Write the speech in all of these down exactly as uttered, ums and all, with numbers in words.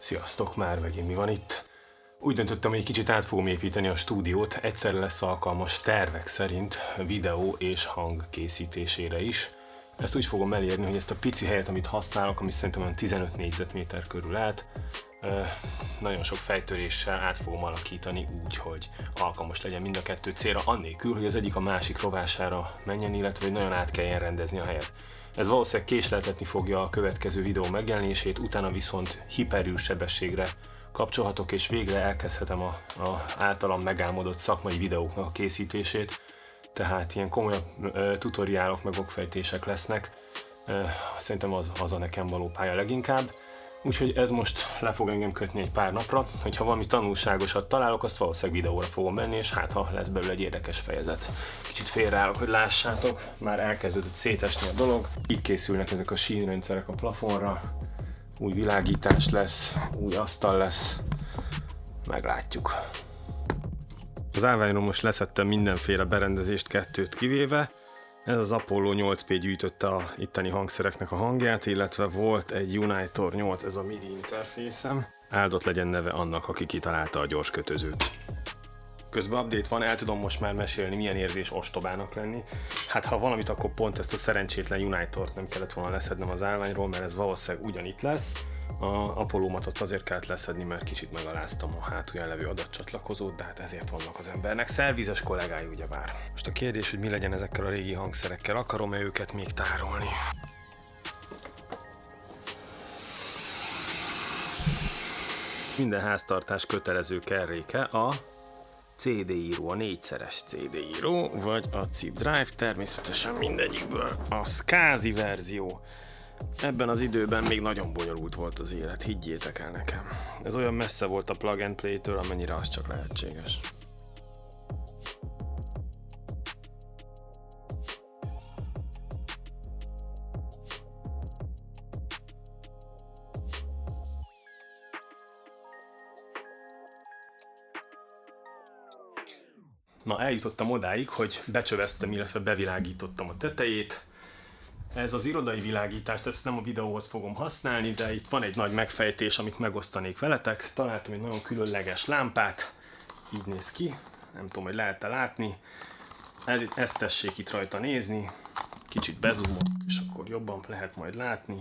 Sziasztok, már megint mi van itt? Úgy döntöttem, hogy egy kicsit át fogom építeni a stúdiót, egyszerre lesz alkalmas tervek szerint videó és hang készítésére is. Ezt úgy fogom elérni, hogy ezt a pici helyet, amit használok, ami szerintem olyan tizenöt négyzetméter körül állt, nagyon sok fejtöréssel át fogom alakítani úgy, hogy alkalmas legyen mind a kettő célra, annélkül, hogy az egyik a másik rovására menjen, illetve hogy nagyon át kelljen rendezni a helyet. Ez valószínűleg késleltetni fogja a következő videó megjelenését, utána viszont hiperűr sebességre kapcsolhatok, és végre elkezdhetem a, a általam megálmodott szakmai videóknak a készítését. Tehát ilyen komolyabb e, tutoriálok, meg okfejtések lesznek. E, szerintem az, az a nekem való pálya leginkább. Úgyhogy ez most le fog engem kötni egy pár napra. Hogyha valami tanulságosat találok, azt valószínűleg videóra fogom menni, és hát ha lesz belőle egy érdekes fejezet. Kicsit félreállok, hogy lássátok, már elkezdődött szétesni a dolog. Így készülnek ezek a sínrendszerek a plafonra. Új világítás lesz, új asztal lesz. Meglátjuk. Az állványról most leszettem mindenféle berendezést, kettőt kivéve. Ez az Apollo nyolc P gyűjtötte a itteni hangszereknek a hangját, illetve volt egy Unitor nyolc, ez a MIDI interfészem. Áldott legyen neve annak, aki kitalálta a gyors kötözőt. Közben update van, el tudom most már mesélni, milyen érzés ostobának lenni. Hát ha valamit, akkor pont ezt a szerencsétlen Unitort nem kellett volna leszednem az állványról, mert ez valószínűleg ugyanitt lesz. A Apollo-mat azért kellett leszedni, mert kicsit megaláztam a hátulján levő adatcsatlakozót, de hát ezért vannak az embernek szervizes kollégái ugyebár. Most a kérdés, hogy mi legyen ezekkel a régi hangszerekkel, akarom-e őket még tárolni? Minden háztartás kötelező kelléke a cé dé író, a négyszeres cé dé író, vagy a zip drive, természetesen mindegyikből a SCSI verzió. Ebben az időben még nagyon bonyolult volt az élet, higgyétek el nekem. Ez olyan messze volt a plug and play-től, amennyire az csak lehetséges. Na, eljutottam odáig, hogy becsöveztem, illetve bevilágítottam a tetejét. Ez az irodai világítást, ezt nem a videóhoz fogom használni, de itt van egy nagy megfejtés, amit megosztanék veletek. Találtam egy nagyon különleges lámpát, így néz ki, nem tudom, hogy lehet-e látni. Ezt tessék itt rajta nézni, kicsit bezumolok, és akkor jobban lehet majd látni.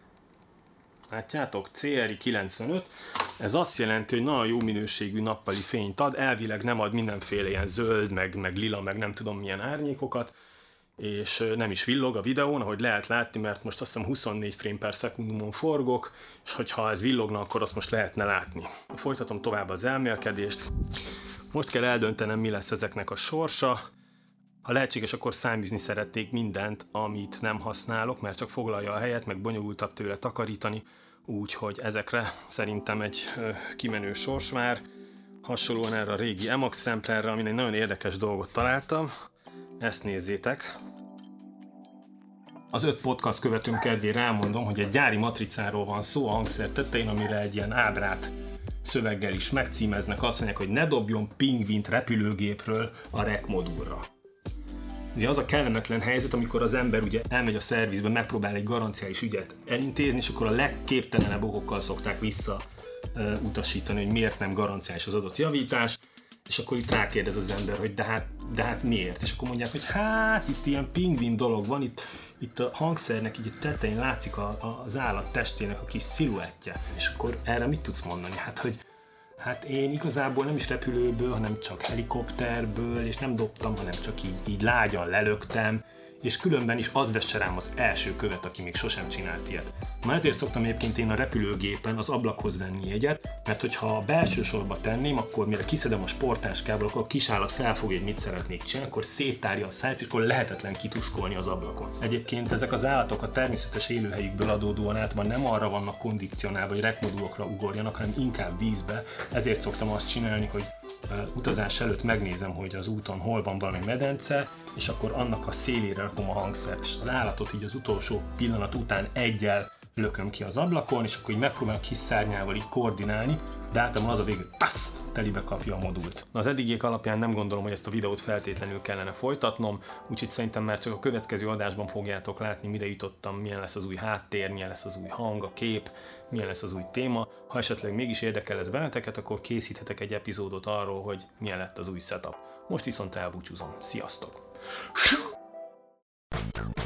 Látjátok? cé er i kilencvenöt. Ez azt jelenti, hogy nagyon jó minőségű nappali fényt ad, elvileg nem ad mindenféle ilyen zöld, meg, meg lila, meg nem tudom milyen árnyékokat, és nem is villog a videón, ahogy lehet látni, mert most azt hiszem huszonnégy frame per szekundumon forgok, és hogyha ez villogna, akkor azt most lehetne látni. Folytatom tovább az elmélkedést. Most kell eldöntenem, mi lesz ezeknek a sorsa. Ha lehetséges, akkor száműzni szeretnék mindent, amit nem használok, mert csak foglalja a helyet, meg bonyolultabb tőle takarítani, úgyhogy ezekre szerintem egy ö, kimenő sors vár. Hasonlóan erre a régi Emax samplerre, amin egy nagyon érdekes dolgot találtam. Ezt nézzétek. Az öt podcast követőm kedvére elmondom, hogy egy gyári matricáról van szó a hangszer tetején, amire egy ilyen ábrát szöveggel is megcímeznek, azt mondják, hogy ne dobjon pingvint repülőgépről a rek modulra. Ugye az a kellemetlen helyzet, amikor az ember ugye elmegy a szervizbe, megpróbál egy garanciális ügyet elintézni, és akkor a legképtelenebb okokkal szokták vissza uh, utasítani, hogy miért nem garanciális az adott javítás, és akkor itt rákérdez az ember, hogy de hát, de hát miért? És akkor mondják, hogy hát itt ilyen pingvin dolog van, itt, itt a hangszernek így a tetején látszik a, a, az állat testének a kis sziluettje. És akkor erre mit tudsz mondani? Hát, hogy hát én igazából nem is repülőből, hanem csak helikopterből, és nem dobtam, hanem csak így, így lágyan lelöktem, és különben is az vesse rám az első követ, aki még sosem csinált ilyet. Már ezért szoktam egyébként én a repülőgépen az ablakhoz venni jegyet, mert hogyha a belső sorba tenném, akkor mire kiszedem a sportáskából, akkor a kisállat felfogja, hogy mit szeretnék csinálni, akkor széttárja a száját, és akkor lehetetlen kituszkolni az ablakon. Egyébként ezek az állatok a természetes élőhelyükből adódóan általában nem arra vannak kondicionálva, hogy rekmodulokra ugorjanak, hanem inkább vízbe. Ezért szoktam azt csinálni, hogy utazás előtt megnézem, hogy az úton hol van valami medence, és akkor annak a szélére rakom a hangszert, és az állatot így az utolsó pillanat után egyel lököm ki az ablakon, és akkor így megpróbálom kis szárnyával így koordinálni, de általában az a végül, paf, telibe kapja a modult. Na, az eddigiek alapján nem gondolom, hogy ezt a videót feltétlenül kellene folytatnom, úgyhogy szerintem már csak a következő adásban fogjátok látni, mire jutottam, milyen lesz az új háttér, milyen lesz az új hang, a kép, milyen lesz az új téma. Ha esetleg mégis érdekel ez benneteket, akkor készíthetek egy epizódot arról, hogy milyen lett az új setup. Most viszont elbúcsúzom. Sziasztok!